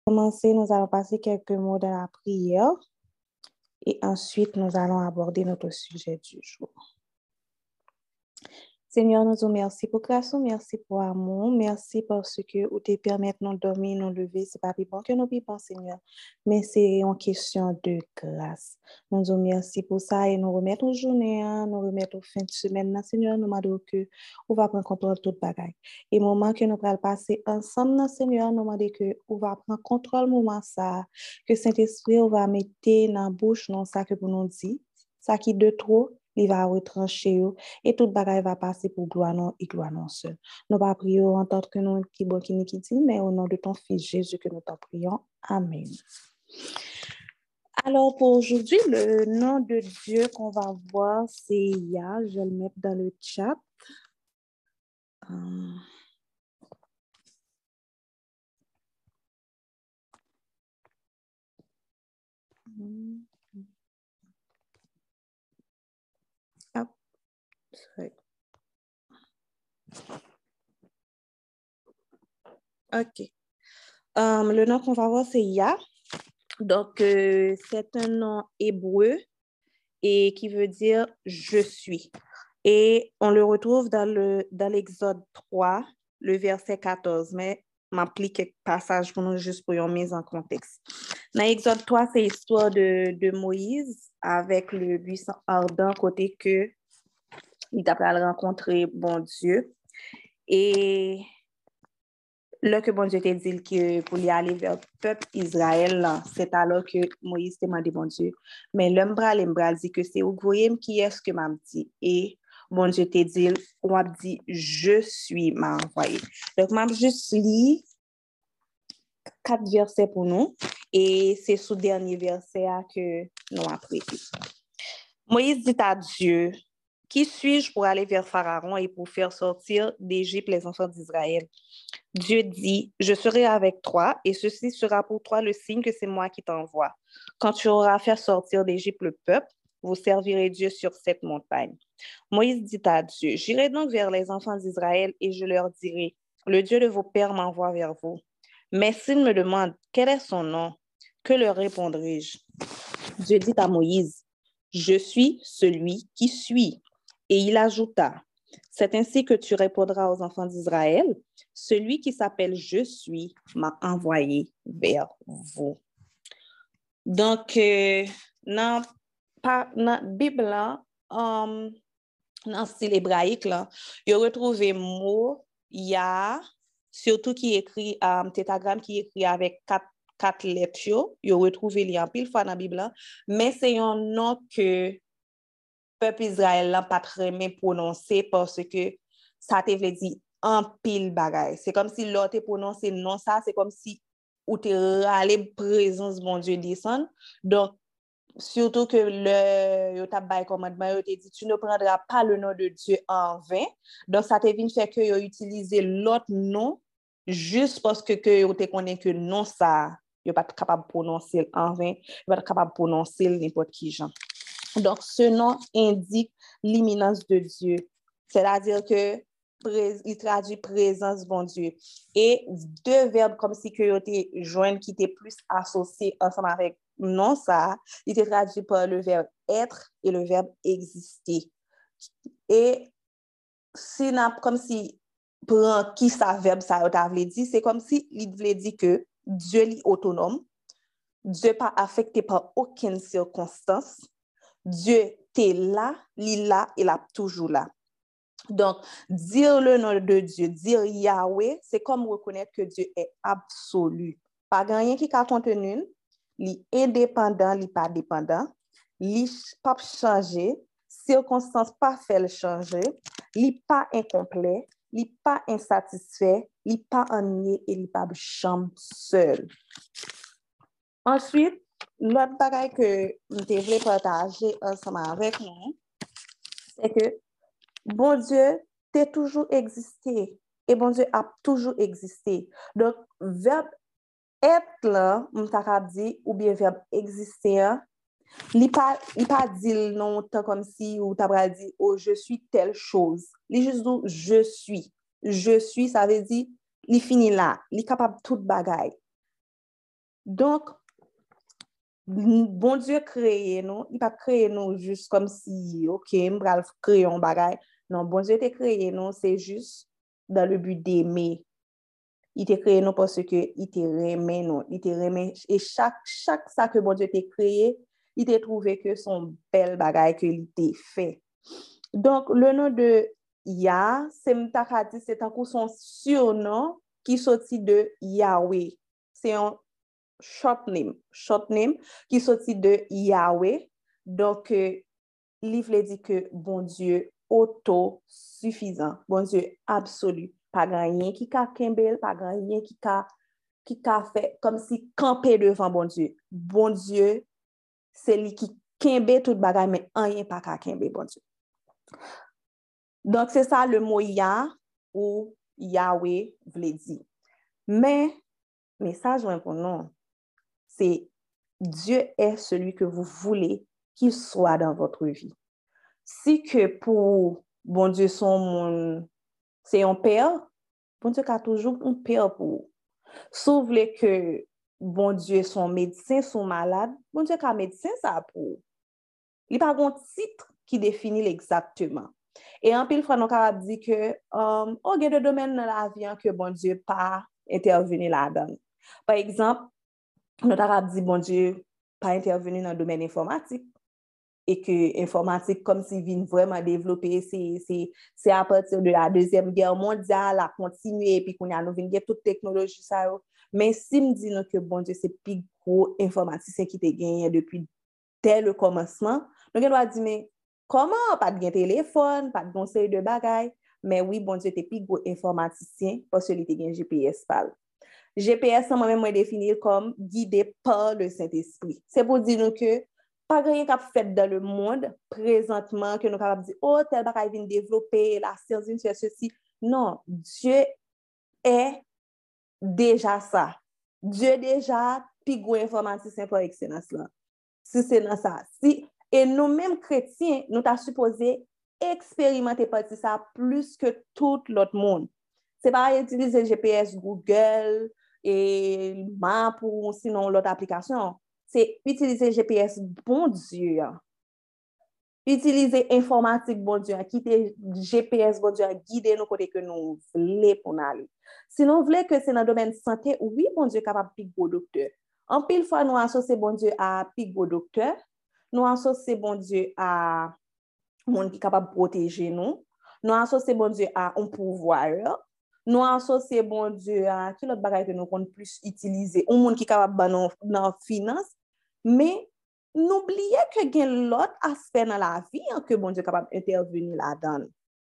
Commencer, nous allons passer quelques mots de la prière et ensuite nous allons aborder notre sujet du jour. Seigneur, nous te remercions pour grâce, merci pour amour, merci parce que vous te permettez de nous dormir, nous lever. Ce n'est pas plus bon que nous vivons, Seigneur, mais c'est une question de grâce. Nous te remercions pour ça et nous remettons aux journées, nous remettons aux fins de semaine, Seigneur, nous demandons que vous va prendre contrôle de toute bagaille. Et moment que nous allons passer ensemble, Seigneur, nous demandons que vous va prendre contrôle moment ça, que Saint-Esprit va mettre dans la bouche, non ça que vous nous dites, ça qui de trop, il va retrancher et toute bagaille va passer pour gloire non et gloire non seul. Nous pas prions en tant que nous qui bon qui dit, mais au nom de ton fils Jésus que nous t'en prions. Amen. Alors pour aujourd'hui, le nom de Dieu qu'on va voir, c'est Yah. Je vais le mettre dans le chat. Hop. OK. Le nom qu'on va voir, c'est Yah. Donc, c'est un nom hébreu et qui veut dire « je suis ». Et on le retrouve dans l'Exode 3, le verset 14. Mais m'applique quelques passages pour nous juste pour une mise en contexte. Dans l'Exode 3, c'est l'histoire de Moïse avec le buisson ardent côté que il a rencontré bon Dieu. Et là que bon Dieu t'a dit que pour y aller vers le peuple Israël, c'est alors que Moïse t'a demandé bon Dieu. Mais l'homme dit que c'est au qui est-ce que m'a dit. Et bon Dieu t'a dit, on a dit, je suis m'a envoyé. Donc, m'a juste lu 4 versets pour nous. Et c'est sous dernier verset que nous avons appris. Moïse dit à Dieu, qui suis-je pour aller vers Pharaon et pour faire sortir d'Égypte les enfants d'Israël? Dieu dit, je serai avec toi et ceci sera pour toi le signe que c'est moi qui t'envoie. Quand tu auras fait sortir d'Égypte le peuple, vous servirez Dieu sur cette montagne. Moïse dit à Dieu, j'irai donc vers les enfants d'Israël et je leur dirai, le Dieu de vos pères m'envoie vers vous. Mais s'ils me demandent quel est son nom, que leur répondrai-je? Dieu dit à Moïse, je suis celui qui suis. Et il ajouta, c'est ainsi que tu répondras aux enfants d'Israël, celui qui s'appelle je suis m'a envoyé vers vous. Donc, dans la Bible, dans le style hébraïque, il retrouve le mot Yah, surtout qui écrit, tétragramme qui écrit avec 4 lettres, il retrouve les en pile fois dans la Bible, mais c'est un nom que peuple Israël n'a pas très bien prononcé parce que ça te veut dire en pile bagaille. C'est comme si l'autre prononcé non ça, c'est comme si ou te râler présence bon Dieu descend. Donc surtout que le yo t'a bail commandement yo te dit tu ne prendras pas le nom de Dieu en vain. Donc ça te vient faire que yo utiliser l'autre nom juste parce que yo te connaît que non ça yo pas capable de prononcer en vain, yo pas capable de prononcer n'importe qui genre. Donc, ce nom indique l'imminence de Dieu. C'est-à-dire que il traduit présence bon Dieu. Et 2 verbes comme si que étaient joints qui étaient plus associés ensemble avec non ça, il était traduit par le verbe être et le verbe exister. Et si comme si prend qui ça verbe ça t'a voulu dire, c'est comme si il voulait dire que Dieu est autonome, Dieu pas affecté par aucune circonstance. Dieu t'es là, il là, il est toujours là. Donc, dire le nom de Dieu, dire Yahweh, c'est comme reconnaître que Dieu est absolu. Pas rien qui a contenu, il est indépendant, il n'est pas dépendant, il n'est pas changé, circonstances pas fait le changer, il n'est pas incomplet, il n'est pas insatisfait, il n'est pas ennuyé et il n'est pas chambre seul. Ensuite, l'autre bagaille que je voulais partager ensemble avec nous, c'est que bon Dieu t'a toujours existé et bon Dieu a toujours existé. Donc, verbe être là, on t'a dit, ou bien verbe exister, il pas dit non tant comme si ou t'as dit oh je suis telle chose. Il juste dit je suis. Je suis, ça veut dire il finit là, il est capable de toute bagaille. Donc, bon Dieu créé nous, il pas créé nous juste comme si, ok, m'bral créer un bagage. Non, bon Dieu t'a créé nous, c'est juste dans le but d'aimer. Il t'a créé nous parce que il t'a aimé nous, il t'a aimé et chaque ça que bon Dieu t'a créé, il t'a trouvé que son bel bagage que il t'a fait. Donc le nom de Yah, c'est un coup son surnom qui sortit de Yahweh. C'est un short name qui sortit de Yahweh. Donc livre dit que bon Dieu autosuffisant, bon Dieu absolu, pas rien qui ka kembel, pas rien qui ka fait comme si camper devant bon Dieu. Bon Dieu, c'est lui qui kembe tout bagay mais rien pas ka kembe bon Dieu. Donc c'est ça le mot Yah ou Yahweh veut dire. Mais message pour nous, c'est Dieu est celui que vous voulez qu'il soit dans votre vie. Si que pour bon Dieu c'est un père, bon Dieu a toujours un père pour vous. Sauf que bon Dieu son médecin, son malade, bon Dieu a un médecin ça pour vous. Il n'y a pas un titre qui définit exactement. Et en pile fois, nous avons dit que il y a des domaines dans la vie que bon Dieu pas intervenu là-dedans. Par exemple, nous avons dit bon Dieu pas intervenu dans le domaine informatique. Et que l'informatique, comme si vient vraiment développer, c'est à partir de la Deuxième Guerre mondiale, à continuer, et puis qu'on a nous venir toute technologie, ça. Mais si me dit que bon Dieu, c'est plus gros informaticien qui te gagné depuis dès le commencement, donc on doit dire, mais comment, pas de téléphone, pas de conseil de bagaille, mais oui, bon Dieu, t'es plus gros informaticien parce que il te gagne GPS par. GPS, moi-même, moi définir comme guidé par le Saint-Esprit. C'est pour dire que pas rien qu'a fait dans le monde présentement que nous capable dire oh tel bagage vient développer la science vient faire ceci. Non, Dieu est déjà ça. Dieu déjà plus gros informaticien par excellence là. Si c'est dans ça. Si et nous-mêmes chrétiens, nous t'a supposé expérimenter partie ça plus que tout l'autre monde. C'est pas utiliser GPS Google et Map ou sinon l'autre application. C'est utiliser GPS bon Dieu. Utiliser informatique bon Dieu, quitter GPS bon Dieu, guider nous côté que nous voulons pour aller. Sinon, vous voulez que c'est dans le domaine de santé, oui, bon Dieu capable de piquer docteur. En pile fois, nous associons bon Dieu à piquer docteur. Nous associons bon Dieu à monde qui est capable de protéger nous. Nous associons bon Dieu à un pouvoir. Nous associons bon Dieu à quel autre bagage que nous comptons plus utiliser. Un monde qui est capable dans la finance. Mais n'oubliez que il y a l'autre aspect dans la vie que bon Dieu est capable d'intervenir là-dedans.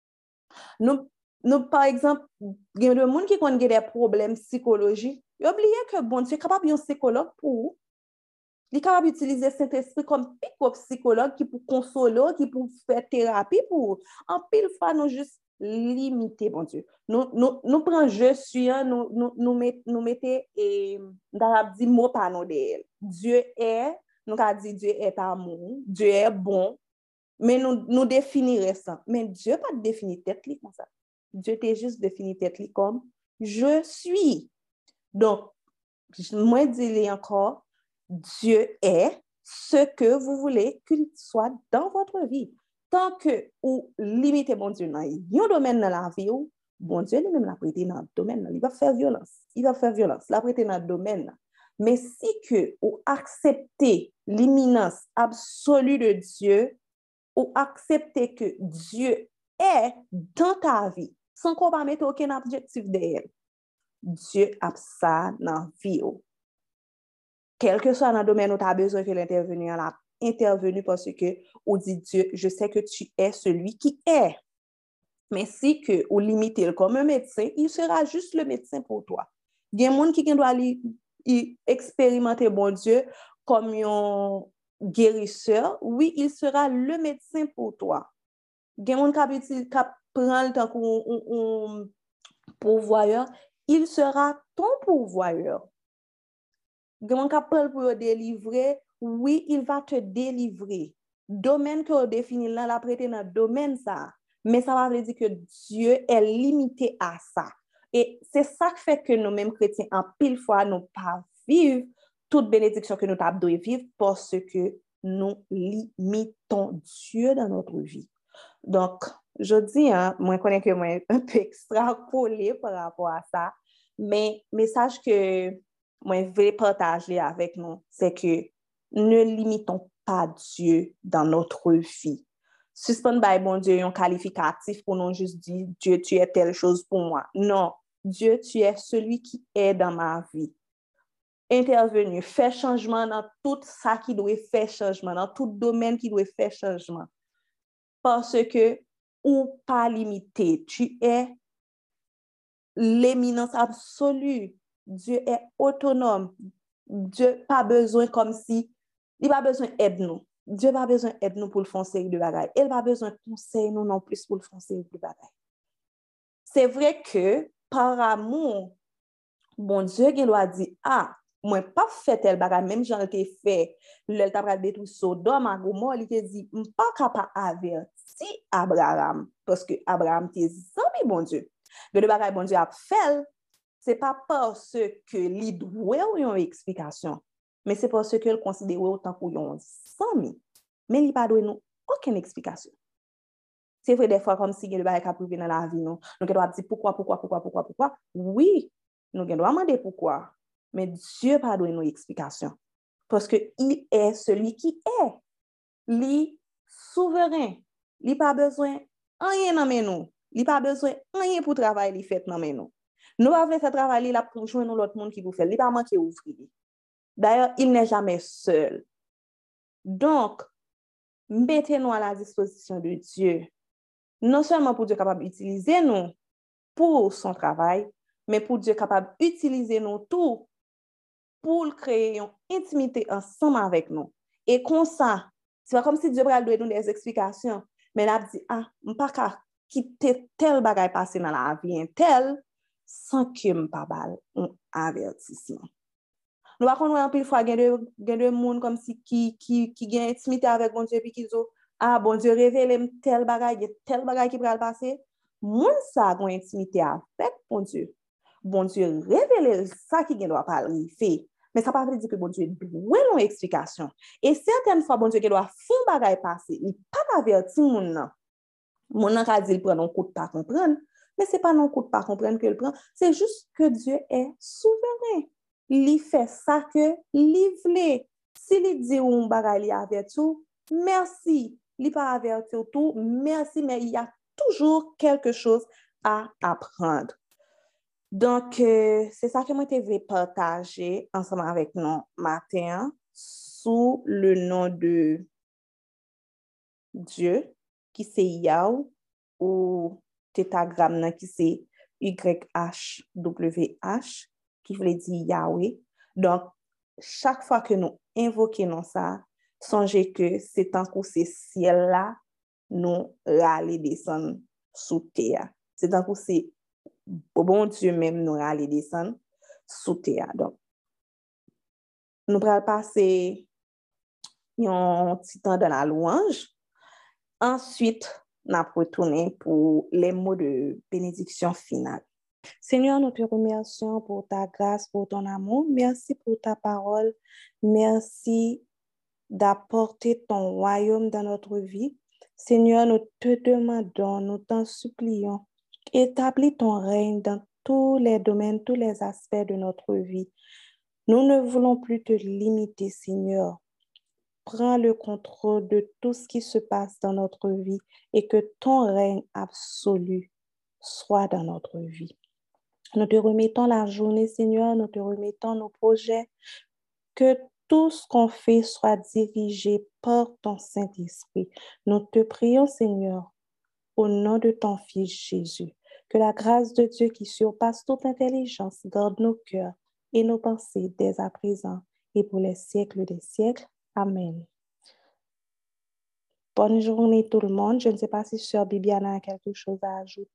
Nous, par exemple, il y a des gens qui ont des problèmes psychologiques. Oubliez que bon Dieu est capable d'un psychologue pour il est capable d'utiliser cet esprit comme psychologue qui pour consoler, qui pour faire thérapie pour en pile fois nous juste limiter bon Dieu. Nous prenons je suis nous mettons et dans dit mot par nous d'elle. Dieu est nous a dit Dieu est amour, Dieu est bon, mais nous définir ça. Mais Dieu pas définir tête li comme ça. Dieu t'est juste défini tête li comme je suis. Donc moi dis encore Dieu est ce que vous voulez qu'il soit dans votre vie. Tant que vous limitez bon Dieu dans un domaine dans la vie, bon Dieu lui-même l'a prêté dans le domaine, il va faire violence. Il va faire violence, l'a prêté dans le domaine. Mais si que vous acceptez l'imminence absolue de Dieu, ou acceptez que Dieu est dans ta vie, sans qu'on va mettre aucun objectif derrière, Dieu a ça dans la vie. Quel que soit dans le domaine où tu as besoin que l'intervenir là, intervenu parce que on dit Dieu, je sais que tu es celui qui est. Mais si que ou limiter comme un médecin, il sera juste le médecin pour toi. Il y a des gens qui doivent aller expérimenter bon Dieu comme un guérisseur. Oui, il sera le médecin pour toi. Il y a des gens qui prennent le temps pour un pourvoyeur, il sera ton pourvoyeur. Grand capable pour délivrer, oui, il va te délivrer. Domaine que vous définissez là, la prêter dans le domaine ça. Mais ça va dire que Dieu est limité à ça. Et c'est ça qui fait que nous-mêmes chrétiens, en pile fois, nous pas vivre toute bénédiction que nous devons vivre parce que nous limitons Dieu dans notre vie. Donc, je dis, moi, je connais que moi, un peu extrapolé par rapport à ça, mais message que moi, je vais partager avec nous, c'est que ne limitons pas Dieu dans notre vie. Suspend by bon Dieu un qualificatif pour non juste dire Dieu, tu es telle chose pour moi. Non, Dieu, tu es celui qui est dans ma vie. Intervenir, faire changement dans tout ça qui doit faire changement, dans tout domaine qui doit faire changement. Parce que, ou pas limité, tu es l'éminence absolue. Dieu est autonome. Dieu pas besoin comme si, il pas besoin d'aide nous. Dieu pas besoin d'aide nous pour le faire série de bagaille. Il pas besoin de conseil nous non plus pour le faire série de bagaille. C'est vrai que par amour, bon Dieu qui doit dire, moi pas fait tel bagage, même j'en ai fait, le t'a détruit Sodome à Gomorrhe, il te dit, pas capable averti Abraham, parce que Abraham te zami bon Dieu. Le bagage bon Dieu a fait, c'est pas parce que li doit une explication, mais c'est parce que le considère autant pour un zami, mais il pas donné nous aucune explication. C'est vrai des fois comme si le bagage a prouvé dans la vie, nous doit dire pourquoi. Oui, nous devons demander pourquoi. Mais Dieu pas donné nos explications. Parce qu'il est celui qui est. Il souverain. Il n'a pas besoin de rien dans nous. Il n'a pas besoin de rien pour travailler, il fait dans nous. Nous avons fait travail là pour joindre l'autre monde qui vous fait. Il n'a pas manqué ouvrir. D'ailleurs, il n'est jamais seul. Donc, mettez-nous à la disposition de Dieu. Non seulement pour Dieu capable d'utiliser nous pour son travail, mais pour Dieu capable d'utiliser nous tout pour créer une intimité ensemble avec nous. Et comme ça, c'est pas comme si Dieu va nous donner des explications, mais il a dit, je ne peux pas quitter tel bagage passé dans la vie, tel, sans que je ne pas un avertissement. Nous avons un peu de fois, il y a des gens comme si qui ont intimité avec bon Dieu, puis qui disent, bon Dieu, révèle tel bagage qui va le passer. Moun ça a une intimité avec bon Dieu. Bon Dieu, révèle ça qui doit pas arriver. Mais ça ne veut pas dire que bon Dieu doit une explication. Et certaines fois, bon Dieu doit faire un bagage passer. Il pas averti moun nan. Moun nan ka dit il prend un coup de pas comprendre. Mais ce n'est pas un coup de pas comprendre que il prend. C'est juste que Dieu est souverain. Il fait ça que il veut. S'il dit un bagage li averti, merci. Il pas averti tout, merci, mais il y a toujours quelque chose à apprendre. Donc, c'est ça que moi, je vais partager ensemble avec nous matin sous le nom de Dieu, qui c'est Yahweh, ou tétagramme qui c'est YHWH, qui veut dire Yahweh. Donc, chaque fois que nous invoquons ça, songez que c'est tant que ces ciels-là, nous râler descendre sous terre. C'est tant que c'est bon Dieu même nous râler descendre sous terre. Donc, nous allons passer un petit temps dans la louange. Ensuite, nous allons retourner pour les mots de bénédiction finale. Seigneur, nous te remercions pour ta grâce, pour ton amour. Merci pour ta parole. Merci d'apporter ton royaume dans notre vie. Seigneur, nous te demandons, nous t'en supplions, établis ton règne dans tous les domaines, tous les aspects de notre vie. Nous ne voulons plus te limiter, Seigneur. Prends le contrôle de tout ce qui se passe dans notre vie et que ton règne absolu soit dans notre vie. Nous te remettons la journée, Seigneur, nous te remettons nos projets, que tout ce qu'on fait soit dirigé par ton Saint-Esprit. Nous te prions, Seigneur, au nom de ton Fils Jésus, que la grâce de Dieu qui surpasse toute intelligence garde nos cœurs et nos pensées dès à présent et pour les siècles des siècles. Amen. Bonne journée tout le monde. Je ne sais pas si Sœur Bibiana a quelque chose à ajouter.